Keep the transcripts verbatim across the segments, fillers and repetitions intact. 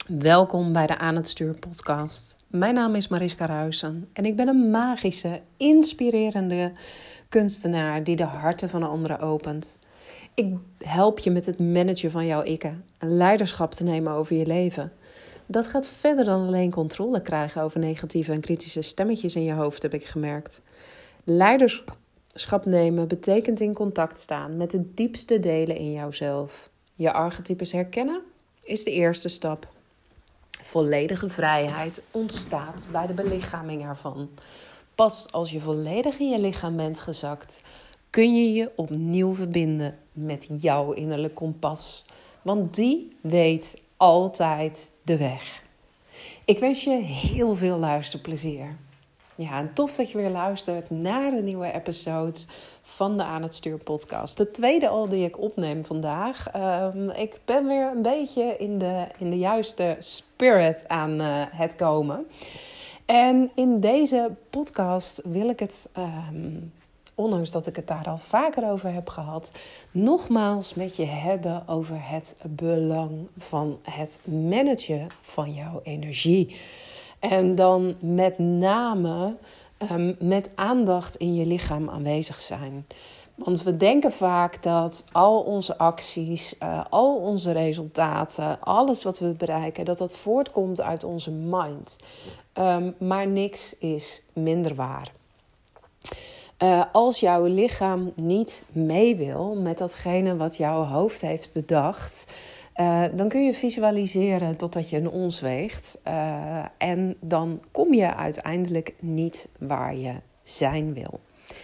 Welkom bij de Aan het Stuur podcast. Mijn naam is Mariska Ruijsen en ik ben een magische, inspirerende kunstenaar die de harten van anderen opent. Ik help je met het managen van jouw ikke en leiderschap te nemen over je leven. Dat gaat verder dan alleen controle krijgen over negatieve en kritische stemmetjes in je hoofd, heb ik gemerkt. Leiderschap nemen betekent in contact staan met de diepste delen in jouzelf. Je archetypes herkennen is de eerste stap. Volledige vrijheid ontstaat bij de belichaming ervan. Pas als je volledig in je lichaam bent gezakt, kun je je opnieuw verbinden met jouw innerlijk kompas. Want die weet altijd de weg. Ik wens je heel veel luisterplezier. Ja, en tof dat je weer luistert naar een nieuwe episode van de Aan het Stuur podcast. De tweede al die ik opneem vandaag. Um, ik ben weer een beetje in de, in de juiste spirit aan uh, het komen. En in deze podcast wil ik het, um, ondanks dat ik het daar al vaker over heb gehad, nogmaals met je hebben over het belang van het managen van jouw energie. En dan met name um, met aandacht in je lichaam aanwezig zijn. Want we denken vaak dat al onze acties, uh, al onze resultaten, alles wat we bereiken, dat dat voortkomt uit onze mind. Um, maar niks is minder waar. Uh, als jouw lichaam niet mee wil met datgene wat jouw hoofd heeft bedacht, Uh, dan kun je visualiseren totdat je een ons weegt. Uh, en dan kom je uiteindelijk niet waar je zijn wil.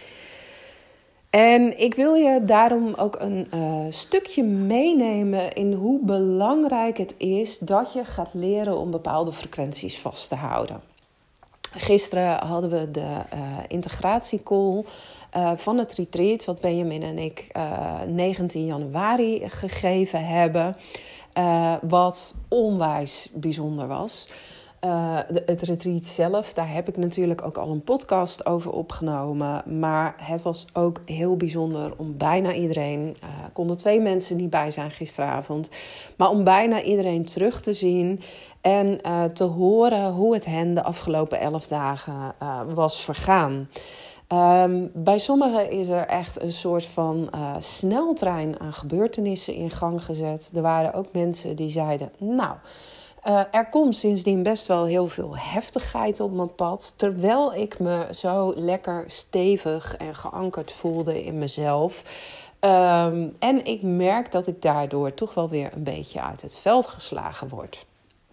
En ik wil je daarom ook een uh, stukje meenemen in hoe belangrijk het is dat je gaat leren om bepaalde frequenties vast te houden. Gisteren hadden we de uh, integratiecall uh, van het retreat, wat Benjamin en ik uh, negentien januari gegeven hebben. Uh, wat onwijs bijzonder was. Uh, de, het retreat zelf, daar heb ik natuurlijk ook al een podcast over opgenomen. Maar het was ook heel bijzonder om bijna iedereen, uh, konden twee mensen niet bij zijn gisteravond, maar om bijna iedereen terug te zien en uh, te horen hoe het hen de afgelopen elf dagen uh, was vergaan. Um, bij sommigen is er echt een soort van uh, sneltrein aan gebeurtenissen in gang gezet. Er waren ook mensen die zeiden, nou, uh, er komt sindsdien best wel heel veel heftigheid op mijn pad, terwijl ik me zo lekker stevig en geankerd voelde in mezelf. Um, en ik merk dat ik daardoor toch wel weer een beetje uit het veld geslagen word.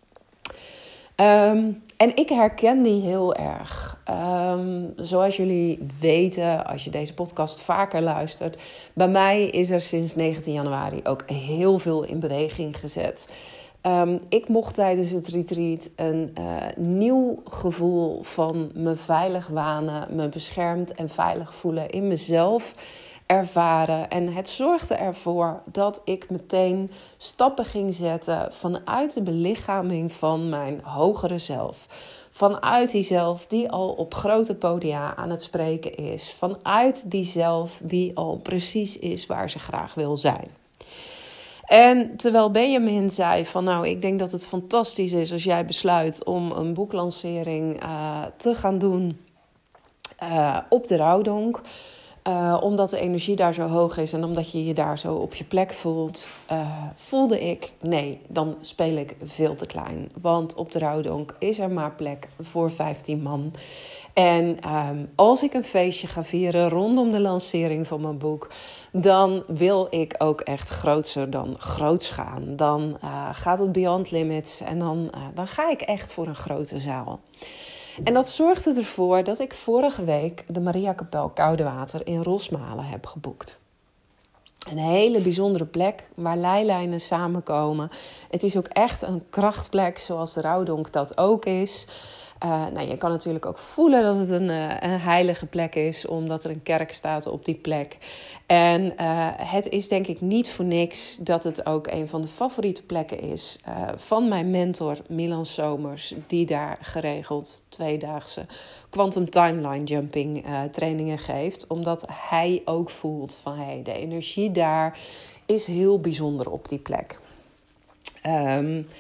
Um, en ik herken die heel erg. Um, zoals jullie weten, als je deze podcast vaker luistert, bij mij is er sinds negentien januari ook heel veel in beweging gezet. Um, ik mocht tijdens het retreat een uh, nieuw gevoel van me veilig wanen, me beschermd en veilig voelen in mezelf ervaren. En het zorgde ervoor dat ik meteen stappen ging zetten vanuit de belichaming van mijn hogere zelf. Vanuit die zelf die al op grote podia aan het spreken is. Vanuit die zelf die al precies is waar ze graag wil zijn. En terwijl Benjamin zei van nou, ik denk dat het fantastisch is als jij besluit om een boeklancering uh, te gaan doen uh, op de Rouwdonk. Uh, omdat de energie daar zo hoog is en omdat je je daar zo op je plek voelt, uh, voelde ik, nee, dan speel ik veel te klein. Want op de Rouwdonk is er maar plek voor vijftien man. En um, als ik een feestje ga vieren rondom de lancering van mijn boek, dan wil ik ook echt grootser dan groots gaan. Dan uh, gaat het beyond limits en dan, uh, dan ga ik echt voor een grote zaal. En dat zorgde ervoor dat ik vorige week de Mariakapel Koudewater in Rosmalen heb geboekt. Een hele bijzondere plek waar leilijnen samenkomen. Het is ook echt een krachtplek zoals de Rouwdonk dat ook is. Uh, nou, je kan natuurlijk ook voelen dat het een, uh, een heilige plek is, omdat er een kerk staat op die plek. En uh, het is denk ik niet voor niks dat het ook een van de favoriete plekken is uh, van mijn mentor Milan Somers, die daar geregeld tweedaagse quantum timeline jumping uh, trainingen geeft. Omdat hij ook voelt van hey, de energie daar is heel bijzonder op die plek. Um,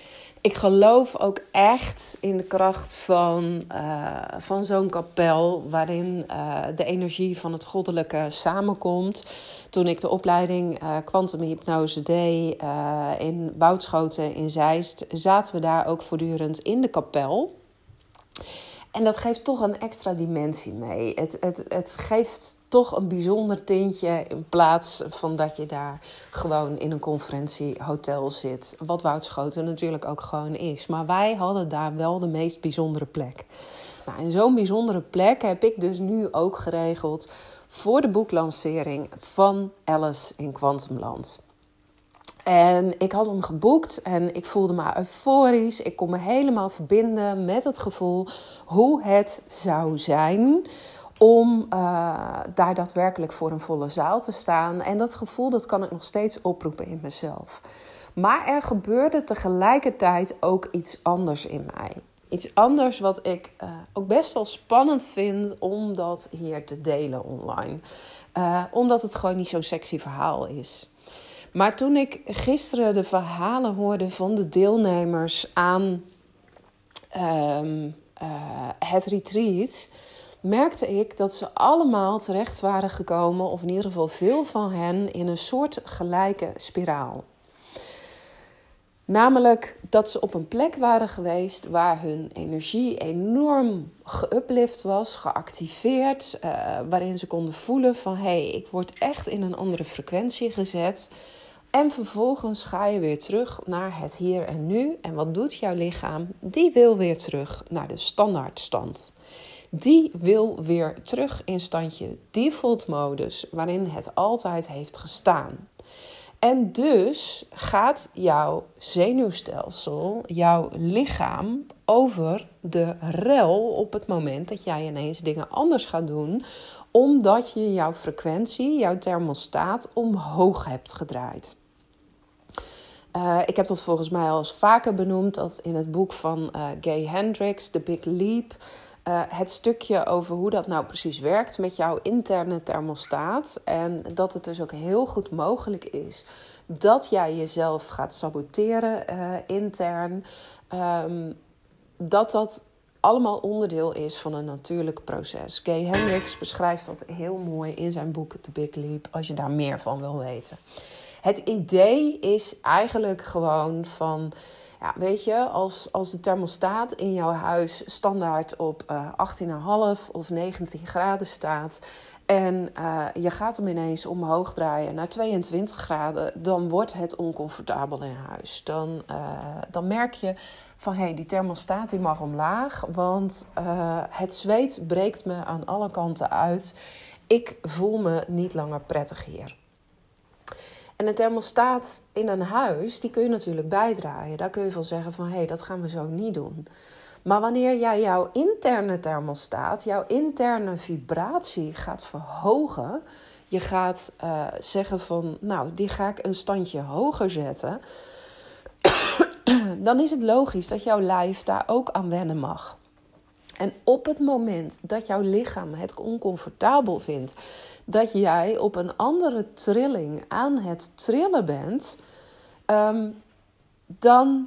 ik geloof ook echt in de kracht van, uh, van zo'n kapel, waarin uh, de energie van het goddelijke samenkomt. Toen ik de opleiding kwantumhypnose uh, deed uh, in Woudschoten in Zeist, zaten we daar ook voortdurend in de kapel. En dat geeft toch een extra dimensie mee. Het, het, het geeft toch een bijzonder tintje in plaats van dat je daar gewoon in een conferentiehotel zit. Wat Woudschoten natuurlijk ook gewoon is. Maar wij hadden daar wel de meest bijzondere plek. Nou, en zo'n bijzondere plek heb ik dus nu ook geregeld voor de boeklancering van Alice in Quantumland. En ik had hem geboekt en ik voelde me euforisch. Ik kon me helemaal verbinden met het gevoel hoe het zou zijn om uh, daar daadwerkelijk voor een volle zaal te staan. En dat gevoel, dat kan ik nog steeds oproepen in mezelf. Maar er gebeurde tegelijkertijd ook iets anders in mij. Iets anders wat ik uh, ook best wel spannend vind om dat hier te delen online. Uh, omdat het gewoon niet zo'n sexy verhaal is. Maar toen ik gisteren de verhalen hoorde van de deelnemers aan um, uh, het retreat, merkte ik dat ze allemaal terecht waren gekomen, of in ieder geval veel van hen, in een soort gelijke spiraal. Namelijk dat ze op een plek waren geweest waar hun energie enorm geuplift was, geactiveerd. Uh, waarin ze konden voelen van, hé, hey, ik word echt in een andere frequentie gezet. En vervolgens ga je weer terug naar het hier en nu. En wat doet jouw lichaam? Die wil weer terug naar de standaardstand. Die wil weer terug in standje default modus, waarin het altijd heeft gestaan. En dus gaat jouw zenuwstelsel, jouw lichaam, over de rel op het moment dat jij ineens dingen anders gaat doen, omdat je jouw frequentie, jouw thermostaat omhoog hebt gedraaid. Uh, ik heb dat volgens mij al eens vaker benoemd, dat in het boek van uh, Gay Hendricks, The Big Leap, Uh, het stukje over hoe dat nou precies werkt met jouw interne thermostaat. En dat het dus ook heel goed mogelijk is dat jij jezelf gaat saboteren uh, intern. Um, dat dat allemaal onderdeel is van een natuurlijk proces. Gay Hendricks beschrijft dat heel mooi in zijn boek The Big Leap, als je daar meer van wil weten. Het idee is eigenlijk gewoon van, ja, weet je, als, als de thermostaat in jouw huis standaard op uh, achttien komma vijf of negentien graden staat en uh, je gaat hem ineens omhoog draaien naar tweeëntwintig graden, dan wordt het oncomfortabel in huis. Dan, uh, dan merk je van, hé, hey, die thermostaat die mag omlaag, want uh, het zweet breekt me aan alle kanten uit. Ik voel me niet langer prettig hier. En een thermostaat in een huis, die kun je natuurlijk bijdraaien. Daar kun je van zeggen van, hé, hey, dat gaan we zo niet doen. Maar wanneer jij jouw interne thermostaat, jouw interne vibratie gaat verhogen, je gaat uh, zeggen van, nou, die ga ik een standje hoger zetten, dan is het logisch dat jouw lijf daar ook aan wennen mag. En op het moment dat jouw lichaam het oncomfortabel vindt, dat jij op een andere trilling aan het trillen bent, um, dan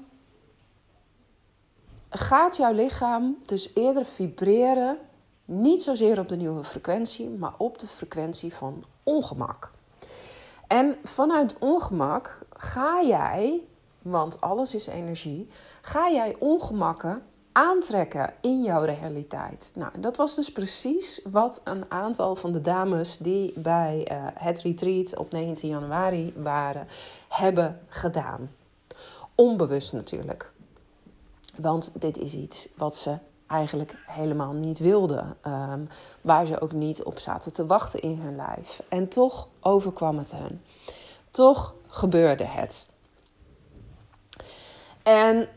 gaat jouw lichaam dus eerder vibreren, niet zozeer op de nieuwe frequentie, maar op de frequentie van ongemak. En vanuit ongemak ga jij, want alles is energie, ga jij ongemakken aantrekken in jouw realiteit. Nou, dat was dus precies wat een aantal van de dames die bij uh, het retreat op negentien januari waren, hebben gedaan. Onbewust natuurlijk. Want dit is iets wat ze eigenlijk helemaal niet wilden. Um, waar ze ook niet op zaten te wachten in hun lijf. En toch overkwam het hen. Toch gebeurde het. En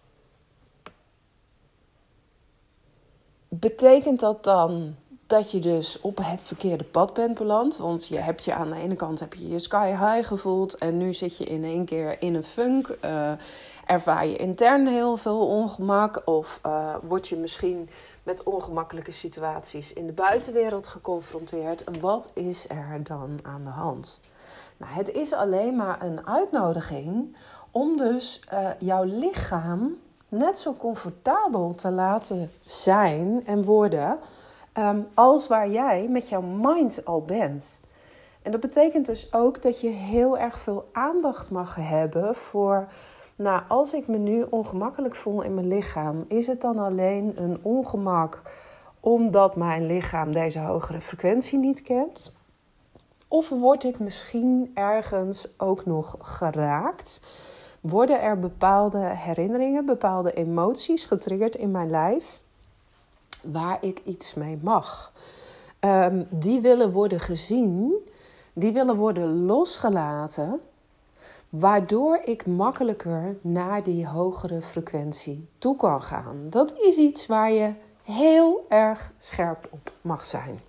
betekent dat dan dat je dus op het verkeerde pad bent beland? Want je hebt je aan de ene kant heb je je sky high gevoeld en nu zit je in één keer in een funk. Uh, ervaar je intern heel veel ongemak of uh, word je misschien met ongemakkelijke situaties in de buitenwereld geconfronteerd? Wat is er dan aan de hand? Nou, het is alleen maar een uitnodiging Om dus uh, jouw lichaam net zo comfortabel te laten zijn en worden um, als waar jij met jouw mind al bent. En dat betekent dus ook dat je heel erg veel aandacht mag hebben voor, nou, als ik me nu ongemakkelijk voel in mijn lichaam, is het dan alleen een ongemak omdat mijn lichaam deze hogere frequentie niet kent? Of word ik misschien ergens ook nog geraakt? Worden er bepaalde herinneringen, bepaalde emoties getriggerd in mijn lijf waar ik iets mee mag? Um, die willen worden gezien, die willen worden losgelaten, waardoor ik makkelijker naar die hogere frequentie toe kan gaan. Dat is iets waar je heel erg scherp op mag zijn.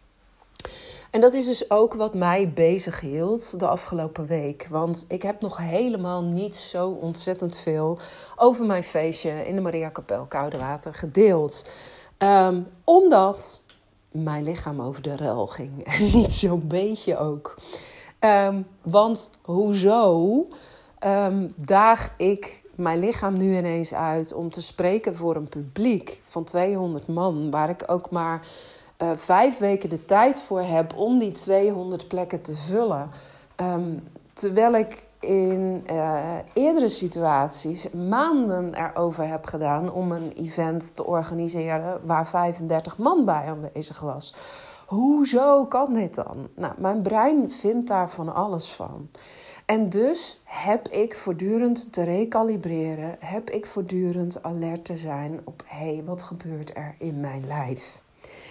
En dat is dus ook wat mij bezig hield de afgelopen week. Want ik heb nog helemaal niet zo ontzettend veel over mijn feestje in de Mariakapel Koudewater gedeeld. Um, omdat mijn lichaam over de rel ging. En niet zo'n beetje ook. Um, want hoezo um, daag ik mijn lichaam nu ineens uit om te spreken voor een publiek van tweehonderd man, waar ik ook maar uh, vijf weken de tijd voor heb om die tweehonderd plekken te vullen. Um, terwijl ik in uh, eerdere situaties maanden erover heb gedaan om een event te organiseren waar vijfendertig man bij aanwezig was. Hoezo kan dit dan? Nou, mijn brein vindt daar van alles van. En dus heb ik voortdurend te recalibreren, heb ik voortdurend alert te zijn op, hé, hey, wat gebeurt er in mijn lijf?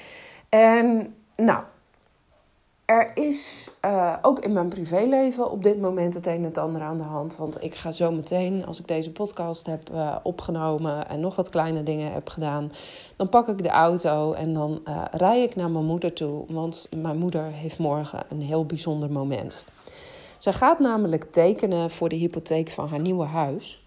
En nou, er is uh, ook in mijn privéleven op dit moment het een en het ander aan de hand. Want ik ga zo meteen, als ik deze podcast heb uh, opgenomen en nog wat kleine dingen heb gedaan, dan pak ik de auto en dan uh, rij ik naar mijn moeder toe. Want mijn moeder heeft morgen een heel bijzonder moment. Zij gaat namelijk tekenen voor de hypotheek van haar nieuwe huis.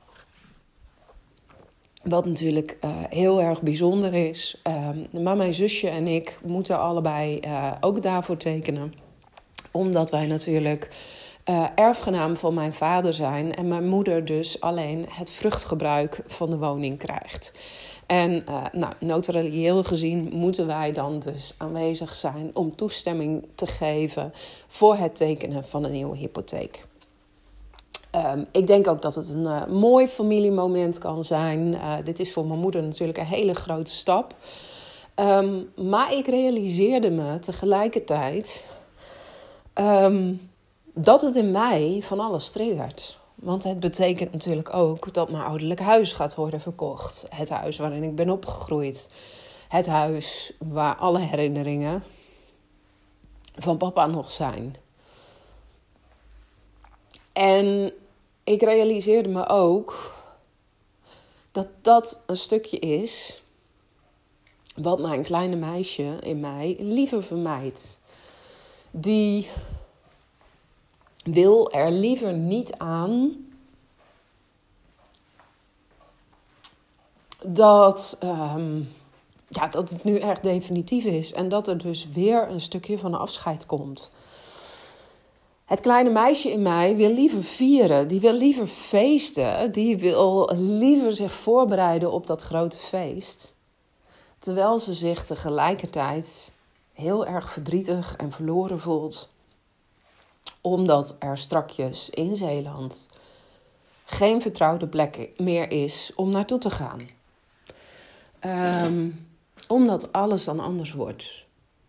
Wat natuurlijk uh, heel erg bijzonder is. Uh, maar mijn zusje en ik moeten allebei uh, ook daarvoor tekenen. Omdat wij natuurlijk uh, erfgenaam van mijn vader zijn. En mijn moeder dus alleen het vruchtgebruik van de woning krijgt. En uh, nou, notarieel gezien moeten wij dan dus aanwezig zijn om toestemming te geven voor het tekenen van een nieuwe hypotheek. Um, ik denk ook dat het een uh, mooi familiemoment kan zijn. Uh, dit is voor mijn moeder natuurlijk een hele grote stap. Um, maar ik realiseerde me tegelijkertijd um, dat het in mij van alles triggert. Want het betekent natuurlijk ook dat mijn ouderlijk huis gaat worden verkocht. Het huis waarin ik ben opgegroeid. Het huis waar alle herinneringen van papa nog zijn. En ik realiseerde me ook dat dat een stukje is wat mijn kleine meisje in mij liever vermijdt. Die wil er liever niet aan dat, um, ja, dat het nu echt definitief is. En dat er dus weer een stukje van afscheid komt. Het kleine meisje in mij wil liever vieren, die wil liever feesten, die wil liever zich voorbereiden op dat grote feest. Terwijl ze zich tegelijkertijd heel erg verdrietig en verloren voelt. Omdat er strakjes in Zeeland geen vertrouwde plek meer is om naartoe te gaan. Um, omdat alles dan anders wordt.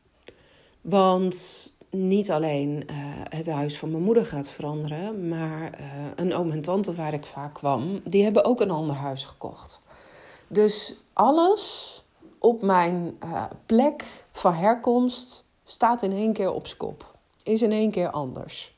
Want niet alleen uh, het huis van mijn moeder gaat veranderen, maar uh, een oom en tante waar ik vaak kwam, die hebben ook een ander huis gekocht. Dus alles op mijn uh, plek van herkomst staat in één keer op z'n kop. Is in één keer anders.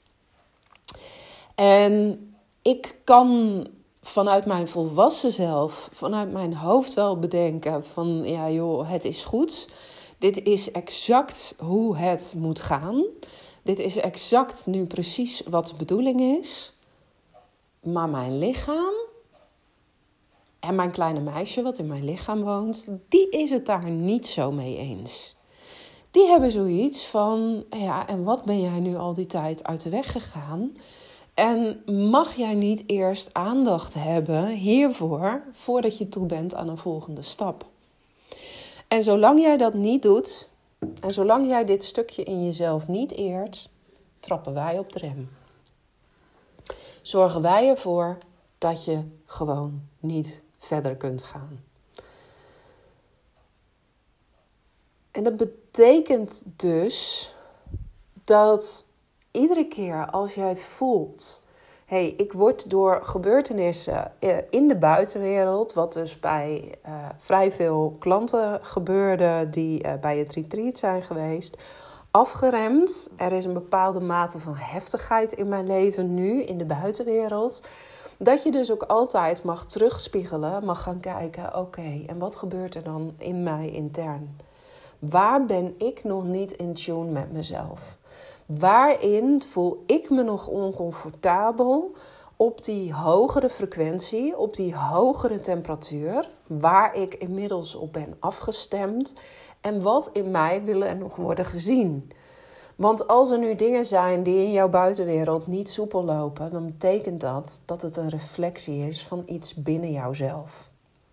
En ik kan vanuit mijn volwassen zelf, vanuit mijn hoofd wel bedenken van, ja joh, het is goed. Dit is exact hoe het moet gaan. Dit is exact nu precies wat de bedoeling is. Maar mijn lichaam en mijn kleine meisje wat in mijn lichaam woont, die is het daar niet zo mee eens. Die hebben zoiets van, ja, en wat ben jij nu al die tijd uit de weg gegaan? En mag jij niet eerst aandacht hebben hiervoor, voordat je toe bent aan een volgende stap? En zolang jij dat niet doet, en zolang jij dit stukje in jezelf niet eert, trappen wij op de rem. Zorgen wij ervoor dat je gewoon niet verder kunt gaan. En dat betekent dus dat iedere keer als jij voelt, hé, hey, ik word door gebeurtenissen in de buitenwereld, wat dus bij uh, vrij veel klanten gebeurde die uh, bij het retreat zijn geweest, afgeremd. Er is een bepaalde mate van heftigheid in mijn leven nu, in de buitenwereld. Dat je dus ook altijd mag terugspiegelen, mag gaan kijken, oké, okay, en wat gebeurt er dan in mij intern? Waar ben ik nog niet in tune met mezelf? Waarin voel ik me nog oncomfortabel op die hogere frequentie, op die hogere temperatuur, waar ik inmiddels op ben afgestemd en wat in mij willen er nog worden gezien? Want als er nu dingen zijn die in jouw buitenwereld niet soepel lopen, dan betekent dat dat het een reflectie is van iets binnen jouzelf.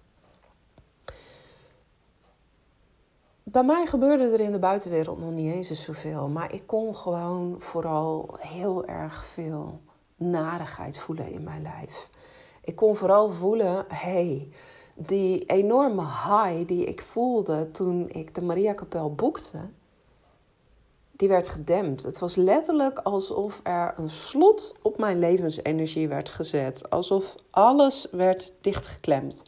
Bij mij gebeurde er in de buitenwereld nog niet eens zoveel. Maar ik kon gewoon vooral heel erg veel narigheid voelen in mijn lijf. Ik kon vooral voelen, hey, die enorme high die ik voelde toen ik de Mariakapel boekte, die werd gedempt. Het was letterlijk alsof er een slot op mijn levensenergie werd gezet. Alsof alles werd dichtgeklemd.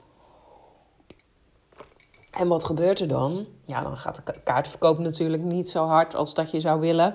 En wat gebeurt er dan? Ja, dan gaat de kaartverkoop natuurlijk niet zo hard als dat je zou willen.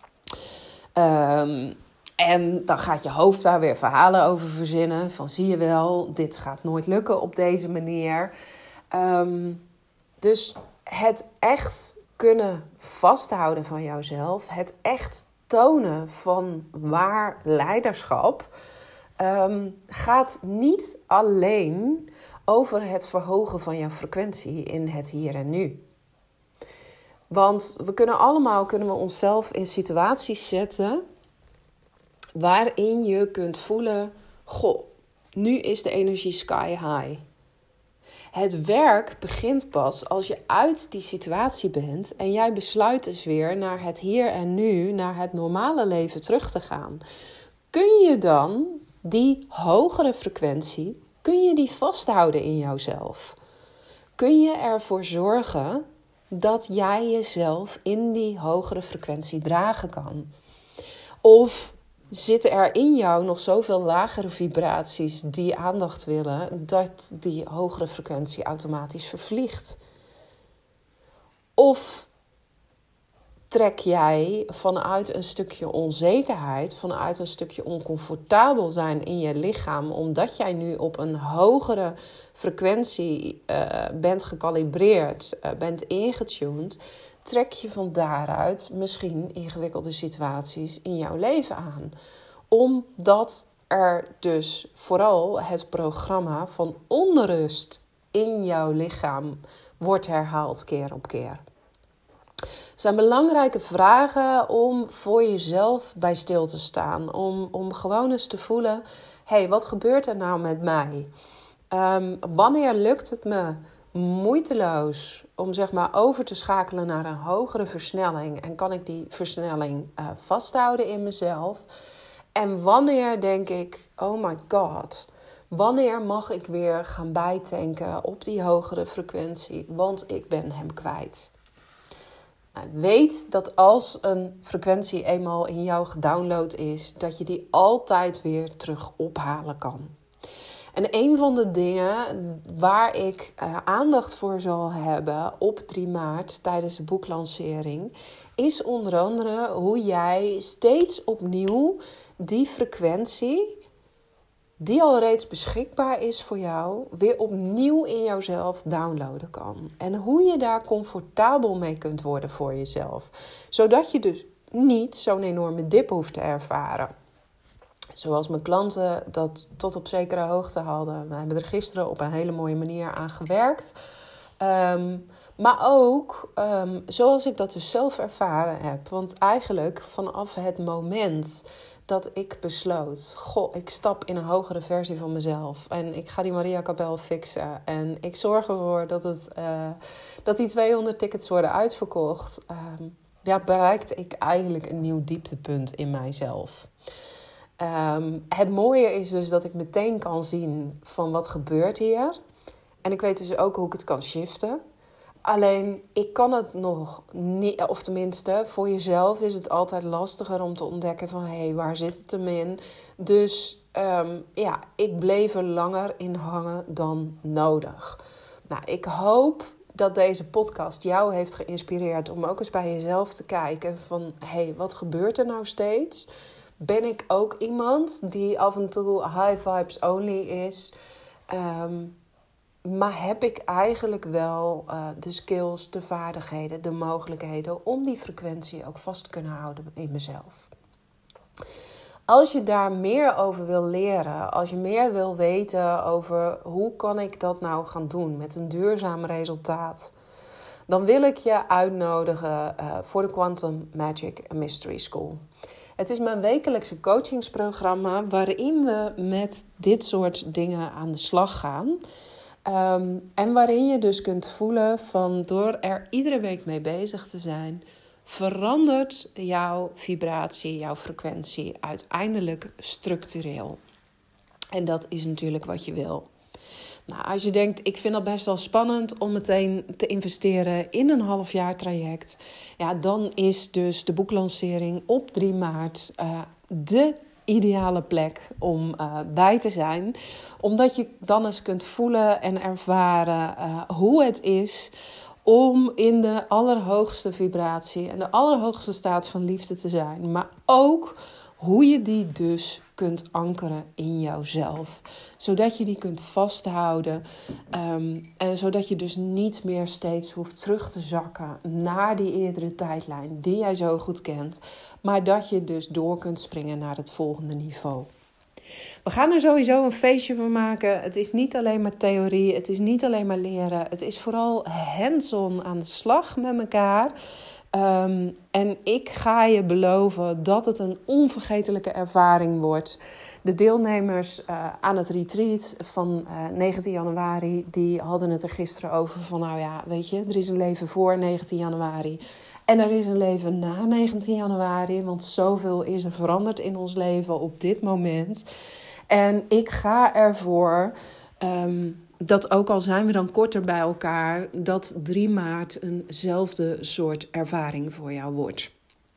Um, en dan gaat je hoofd daar weer verhalen over verzinnen. Van zie je wel, dit gaat nooit lukken op deze manier. Um, dus het echt kunnen vasthouden van jouzelf. Het echt tonen van waar leiderschap. Um, gaat niet alleen over het verhogen van jouw frequentie in het hier en nu. Want we kunnen allemaal kunnen we onszelf in situaties zetten waarin je kunt voelen, goh, nu is de energie sky high. Het werk begint pas als je uit die situatie bent en jij besluit dus weer naar het hier en nu, naar het normale leven terug te gaan. Kun je dan die hogere frequentie, kun je die vasthouden in jouzelf? Kun je ervoor zorgen dat jij jezelf in die hogere frequentie dragen kan? Of zitten er in jou nog zoveel lagere vibraties die aandacht willen, dat die hogere frequentie automatisch vervliegt? Of trek jij vanuit een stukje onzekerheid, vanuit een stukje oncomfortabel zijn in je lichaam, omdat jij nu op een hogere frequentie uh, bent gekalibreerd, uh, bent ingetuned, trek je van daaruit misschien ingewikkelde situaties in jouw leven aan. Omdat er dus vooral het programma van onrust in jouw lichaam wordt herhaald keer op keer. Het zijn belangrijke vragen om voor jezelf bij stil te staan. Om, om gewoon eens te voelen, hé, hey, wat gebeurt er nou met mij? Um, wanneer lukt het me moeiteloos om zeg maar over te schakelen naar een hogere versnelling? En kan ik die versnelling uh, vasthouden in mezelf? En wanneer denk ik, oh my god, wanneer mag ik weer gaan bijtanken op die hogere frequentie? Want ik ben hem kwijt. Nou, weet dat als een frequentie eenmaal in jou gedownload is, dat je die altijd weer terug ophalen kan. En een van de dingen waar ik uh, aandacht voor zal hebben op drie maart tijdens de boeklancering, is onder andere hoe jij steeds opnieuw die frequentie, die al reeds beschikbaar is voor jou, weer opnieuw in jouzelf downloaden kan. En hoe je daar comfortabel mee kunt worden voor jezelf. Zodat je dus niet zo'n enorme dip hoeft te ervaren. Zoals mijn klanten dat tot op zekere hoogte hadden. We hebben er gisteren op een hele mooie manier aan gewerkt. Um, maar ook um, zoals ik dat dus zelf ervaren heb. Want eigenlijk vanaf het moment dat ik besloot, goh, ik stap in een hogere versie van mezelf. En ik ga die Maria Cabell fixen. En ik zorg ervoor dat, het, uh, dat die tweehonderd tickets worden uitverkocht. Uh, ja, bereikte ik eigenlijk een nieuw dieptepunt in mijzelf. Um, het mooie is dus dat ik meteen kan zien van wat gebeurt hier. En ik weet dus ook hoe ik het kan shiften. Alleen, ik kan het nog niet, of tenminste, voor jezelf is het altijd lastiger om te ontdekken van, hé, hey, waar zit het hem in? Dus um, ja, ik bleef er langer in hangen dan nodig. Nou, ik hoop dat deze podcast jou heeft geïnspireerd om ook eens bij jezelf te kijken van, hé, hey, wat gebeurt er nou steeds? Ben ik ook iemand die af en toe high vibes only is? Um, Maar heb ik eigenlijk wel uh, de skills, de vaardigheden, de mogelijkheden om die frequentie ook vast te kunnen houden in mezelf? Als je daar meer over wil leren, als je meer wil weten over hoe kan ik dat nou gaan doen met een duurzaam resultaat, dan wil ik je uitnodigen uh, voor de Quantum Magic Mystery School. Het is mijn wekelijkse coachingsprogramma waarin we met dit soort dingen aan de slag gaan. Um, en waarin je dus kunt voelen van door er iedere week mee bezig te zijn, verandert jouw vibratie, jouw frequentie uiteindelijk structureel. En dat is natuurlijk wat je wil. Nou, als je denkt, ik vind dat best wel spannend om meteen te investeren in een half jaar traject, ja, dan is dus de boeklancering op drie maart uh, de ideale plek om uh, bij te zijn. Omdat je dan eens kunt voelen en ervaren uh, hoe het is om in de allerhoogste vibratie en de allerhoogste staat van liefde te zijn. Maar ook hoe je die dus kunt ankeren in jouzelf. Zodat je die kunt vasthouden. Um, en zodat je dus niet meer steeds hoeft terug te zakken naar die eerdere tijdlijn die jij zo goed kent. Maar dat je dus door kunt springen naar het volgende niveau. We gaan er sowieso een feestje van maken. Het is niet alleen maar theorie. Het is niet alleen maar leren. Het is vooral hands-on aan de slag met elkaar. Um, en ik ga je beloven dat het een onvergetelijke ervaring wordt. De deelnemers uh, aan het retreat van uh, negentien januari... die hadden het er gisteren over van, nou ja, weet je, er is een leven voor negentien januari... En er is een leven na negentien januari, want zoveel is er veranderd in ons leven op dit moment. En ik ga ervoor, um, dat ook al zijn we dan korter bij elkaar, dat drie maart eenzelfde soort ervaring voor jou wordt.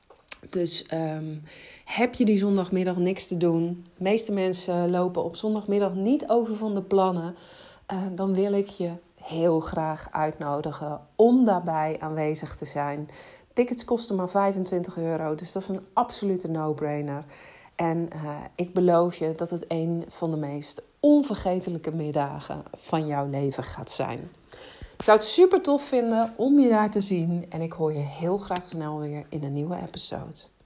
Dus um, heb je die zondagmiddag niks te doen, de meeste mensen lopen op zondagmiddag niet over van de plannen, uh, dan wil ik je heel graag uitnodigen om daarbij aanwezig te zijn. Tickets kosten maar vijfentwintig euro, dus dat is een absolute no-brainer. En uh, ik beloof je dat het een van de meest onvergetelijke middagen van jouw leven gaat zijn. Ik zou het super tof vinden om je daar te zien en ik hoor je heel graag snel weer in een nieuwe episode.